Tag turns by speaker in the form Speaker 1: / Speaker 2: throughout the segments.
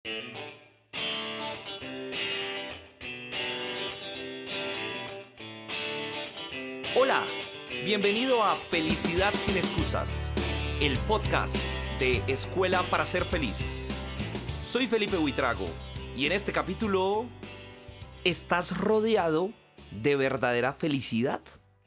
Speaker 1: Hola, bienvenido a Felicidad sin excusas, el podcast de Escuela para ser feliz. Soy Felipe Buitrago y en este capítulo, ¿estás rodeado de verdadera felicidad?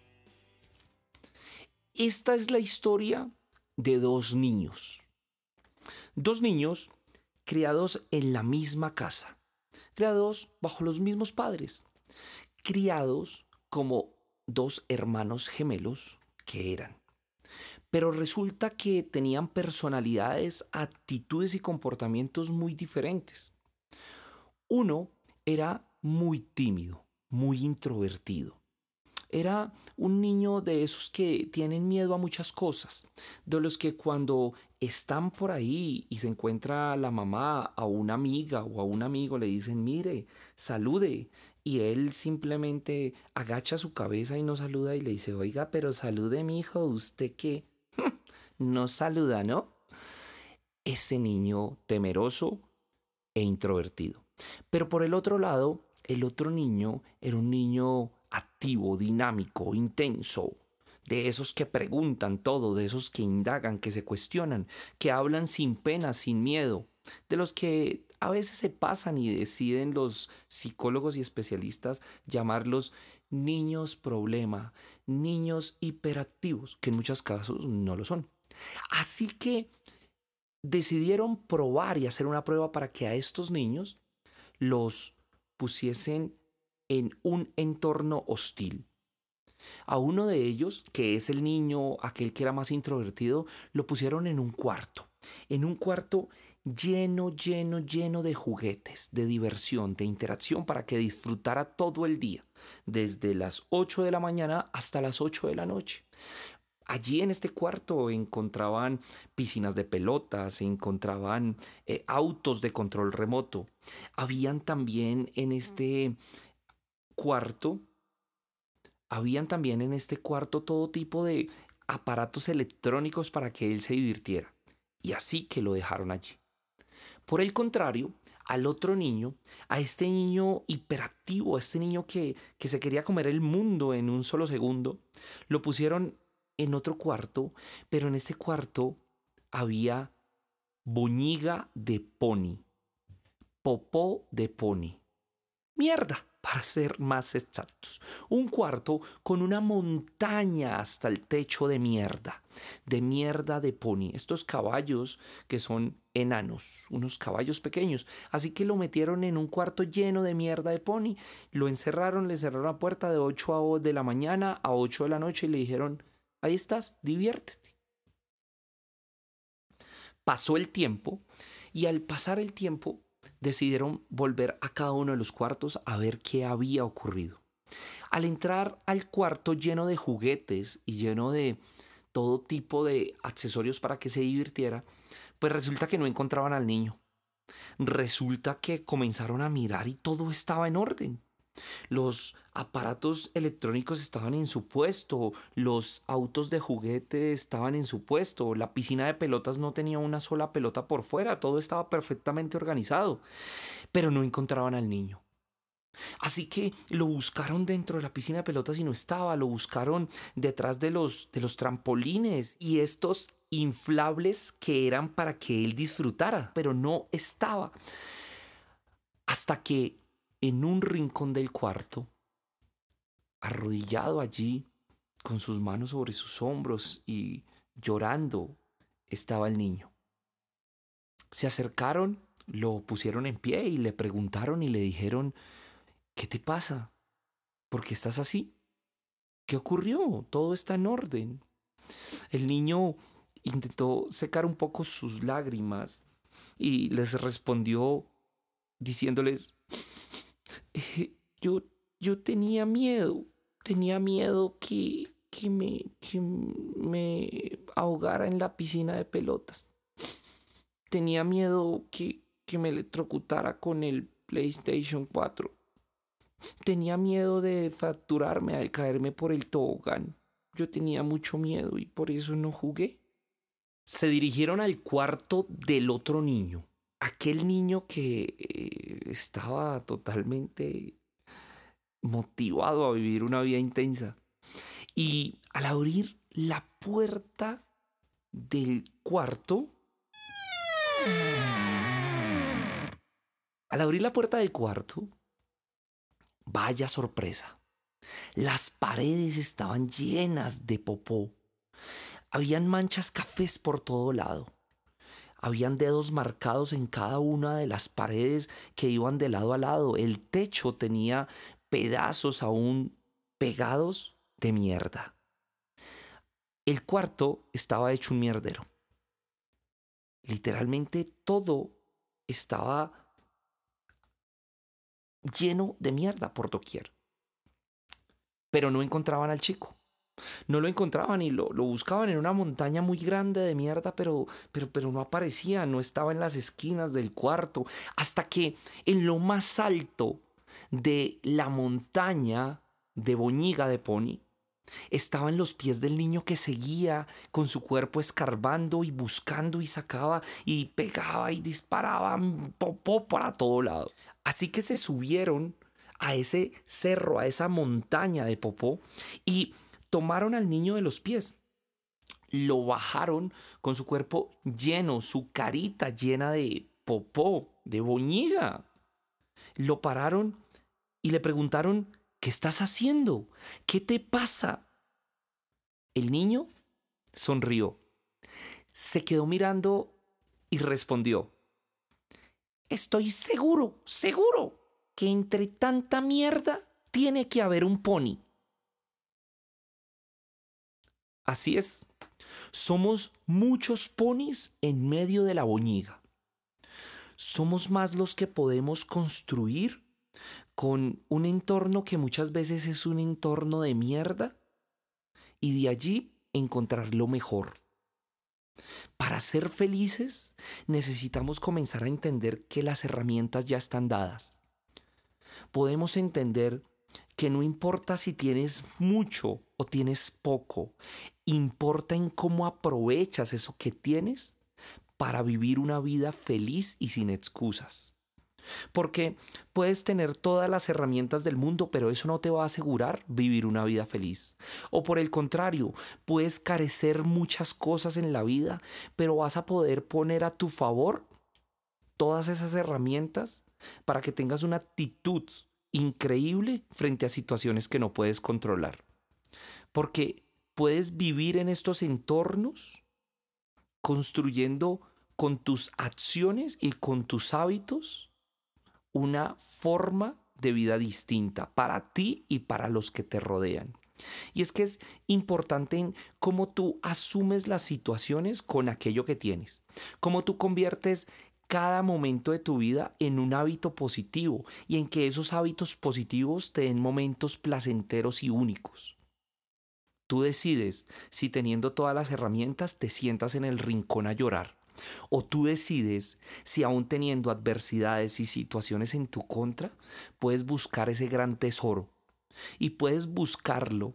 Speaker 1: Esta es la historia de dos niños. Dos niños criados en la misma casa, criados bajo los mismos padres, criados como dos hermanos gemelos que eran. Pero resulta que tenían personalidades, actitudes y comportamientos muy diferentes. Uno era muy tímido, muy introvertido. Era un niño de esos que tienen miedo a muchas cosas, de los que cuando están por ahí y se encuentra la mamá a una amiga o a un amigo le dicen, mire, salude, y él simplemente agacha su cabeza y no saluda y le dice, oiga, pero salude, mijo, ¿usted qué? No saluda, ¿no? Ese niño temeroso e introvertido. Pero por el otro lado, el otro niño era un niño activo, dinámico, intenso, de esos que preguntan todo, de esos que indagan, que se cuestionan, que hablan sin pena, sin miedo, de los que a veces se pasan y deciden los psicólogos y especialistas llamarlos niños problema, niños hiperactivos, que en muchos casos no lo son. Así que decidieron probar y hacer una prueba para que a estos niños los pusiesen en un entorno hostil. A uno de ellos, que es el niño, aquel que era más introvertido, lo pusieron en un cuarto lleno de juguetes, de diversión, de interacción para que disfrutara todo el día, desde las 8 de la mañana hasta las 8 de la noche. Allí en este cuarto encontraban piscinas de pelotas, se encontraban autos de control remoto. Habían también en este cuarto, todo tipo de aparatos electrónicos para que él se divirtiera. Y así que lo dejaron allí. Por el contrario, al otro niño, a este niño hiperactivo, a este niño que se quería comer el mundo en un solo segundo, lo pusieron en otro cuarto, pero en este cuarto había boñiga de pony, popó de pony, mierda, para ser más exactos. Un cuarto con una montaña hasta el techo de mierda de pony. Estos caballos que son enanos, unos caballos pequeños. Así que lo metieron en un cuarto lleno de mierda de pony. Lo encerraron, le cerraron la puerta de 8 de la mañana a 8 de la noche y le dijeron, ahí estás, diviértete. Pasó el tiempo y al pasar el tiempo decidieron volver a cada uno de los cuartos a ver qué había ocurrido. Al entrar al cuarto lleno de juguetes y lleno de todo tipo de accesorios para que se divirtiera, pues resulta que no encontraban al niño. Resulta que comenzaron a mirar y todo estaba en orden. Los aparatos electrónicos estaban en su puesto, los autos de juguete estaban en su puesto, la piscina de pelotas no tenía una sola pelota por fuera, todo estaba perfectamente organizado, pero no encontraban al niño. Así que lo buscaron dentro de la piscina de pelotas y no estaba, lo buscaron detrás de los trampolines y estos inflables que eran para que él disfrutara, pero no estaba. Hasta que en un rincón del cuarto, arrodillado allí, con sus manos sobre sus hombros y llorando, estaba el niño. Se acercaron, lo pusieron en pie y le preguntaron y le dijeron, ¿qué te pasa? ¿Por qué estás así? ¿Qué ocurrió? Todo está en orden. El niño intentó secar un poco sus lágrimas y les respondió diciéndoles, yo tenía miedo que me ahogara en la piscina de pelotas. Tenía miedo que me electrocutara con el PlayStation 4. Tenía miedo de fracturarme al caerme por el tobogán. Yo tenía mucho miedo y por eso no jugué. Se dirigieron al cuarto del otro niño aquel niño que estaba totalmente motivado a vivir una vida intensa. Y al abrir la puerta del cuarto, al abrir la puerta del cuarto, vaya sorpresa. Las paredes estaban llenas de popó. Habían manchas cafés por todo lado. Habían dedos marcados en cada una de las paredes que iban de lado a lado. El techo tenía pedazos aún pegados de mierda. El cuarto estaba hecho un mierdero. Literalmente todo estaba lleno de mierda por doquier. Pero no encontraban al chico. No lo encontraban y lo buscaban en una montaña muy grande de mierda, pero no aparecía, no estaba en las esquinas del cuarto. Hasta que en lo más alto de la montaña de Boñiga de Pony, estaba en los pies del niño que seguía con su cuerpo escarbando y buscando y sacaba y pegaba y disparaba popó para todo lado. Así que se subieron a ese cerro, a esa montaña de popó y tomaron al niño de los pies. Lo bajaron con su cuerpo lleno, su carita llena de popó, de boñiga. Lo pararon y le preguntaron, ¿qué estás haciendo? ¿Qué te pasa? El niño sonrió, se quedó mirando y respondió, estoy seguro, que entre tanta mierda tiene que haber un pony. Así es, somos muchos ponis en medio de la boñiga. Somos más los que podemos construir con un entorno que muchas veces es un entorno de mierda y de allí encontrar lo mejor. Para ser felices necesitamos comenzar a entender que las herramientas ya están dadas. Podemos entender que no importa si tienes mucho o tienes poco, importa en cómo aprovechas eso que tienes para vivir una vida feliz y sin excusas. Porque puedes tener todas las herramientas del mundo, pero eso no te va a asegurar vivir una vida feliz. O por el contrario, puedes carecer muchas cosas en la vida, pero vas a poder poner a tu favor todas esas herramientas para que tengas una actitud increíble frente a situaciones que no puedes controlar. Porque puedes vivir en estos entornos construyendo con tus acciones y con tus hábitos una forma de vida distinta para ti y para los que te rodean. Y es que es importante en cómo tú asumes las situaciones con aquello que tienes, cómo tú conviertes cada momento de tu vida en un hábito positivo y en que esos hábitos positivos te den momentos placenteros y únicos. Tú decides si teniendo todas las herramientas te sientas en el rincón a llorar. O tú decides si aún teniendo adversidades y situaciones en tu contra, puedes buscar ese gran tesoro. Y puedes buscarlo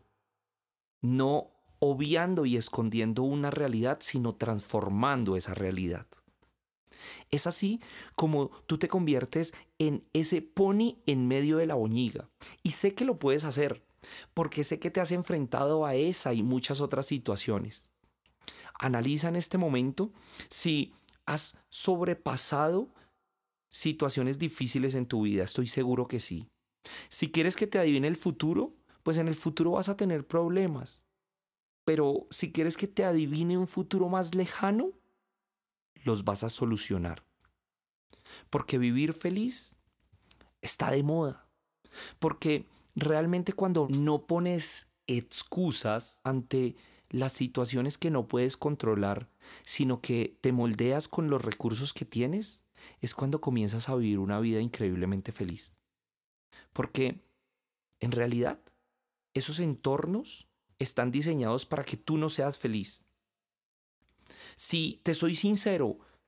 Speaker 1: no obviando y escondiendo una realidad, sino transformando esa realidad. Es así como tú te conviertes en ese pony en medio de la boñiga. Y sé que lo puedes hacer, porque sé que te has enfrentado a esa y muchas otras situaciones. Analiza en este momento si has sobrepasado situaciones difíciles en tu vida. Estoy seguro que sí. Si quieres que te adivine el futuro, pues en el futuro vas a tener problemas. Pero si quieres que te adivine un futuro más lejano, los vas a solucionar. Porque vivir feliz está de moda. Porque realmente cuando no pones excusas ante las situaciones que no puedes controlar, sino que te moldeas con los recursos que tienes, es cuando comienzas a vivir una vida increíblemente feliz. Porque en realidad esos entornos están diseñados para que tú no seas feliz. Si te soy sincero,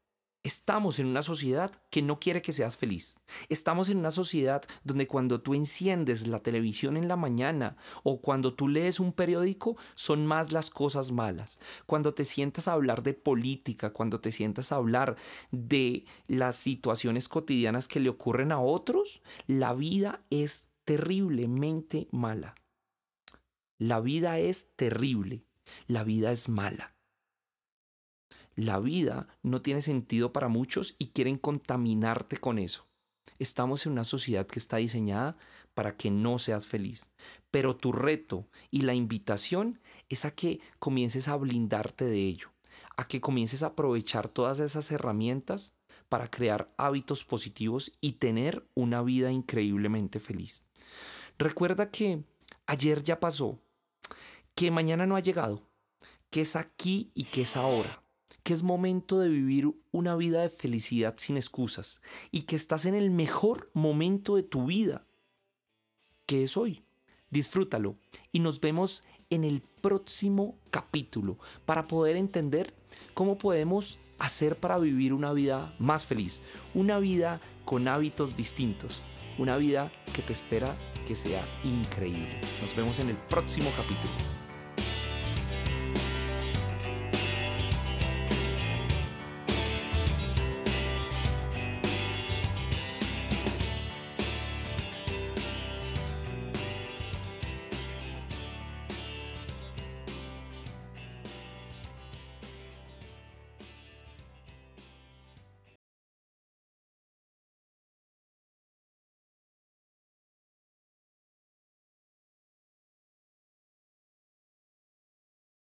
Speaker 1: Estamos en una sociedad que no quiere que seas feliz. Estamos en una sociedad donde cuando tú enciendes la televisión en la mañana o cuando tú lees un periódico son más las cosas malas. Cuando te sientas a hablar de política, cuando te sientas a hablar de las situaciones cotidianas que le ocurren a otros, la vida es terriblemente mala. La vida es terrible. La vida es mala. La vida no tiene sentido para muchos y quieren contaminarte con eso. Estamos en una sociedad que está diseñada para que no seas feliz. Pero tu reto y la invitación es a que comiences a blindarte de ello, a que comiences a aprovechar todas esas herramientas para crear hábitos positivos y tener una vida increíblemente feliz. Recuerda que ayer ya pasó, que mañana no ha llegado, que es aquí y que es ahora, que es momento de vivir una vida de felicidad sin excusas y que estás en el mejor momento de tu vida, que es hoy. Disfrútalo y nos vemos en el próximo capítulo para poder entender cómo podemos hacer para vivir una vida más feliz, una vida con hábitos distintos, una vida que te espera que sea increíble. Nos vemos en el próximo capítulo.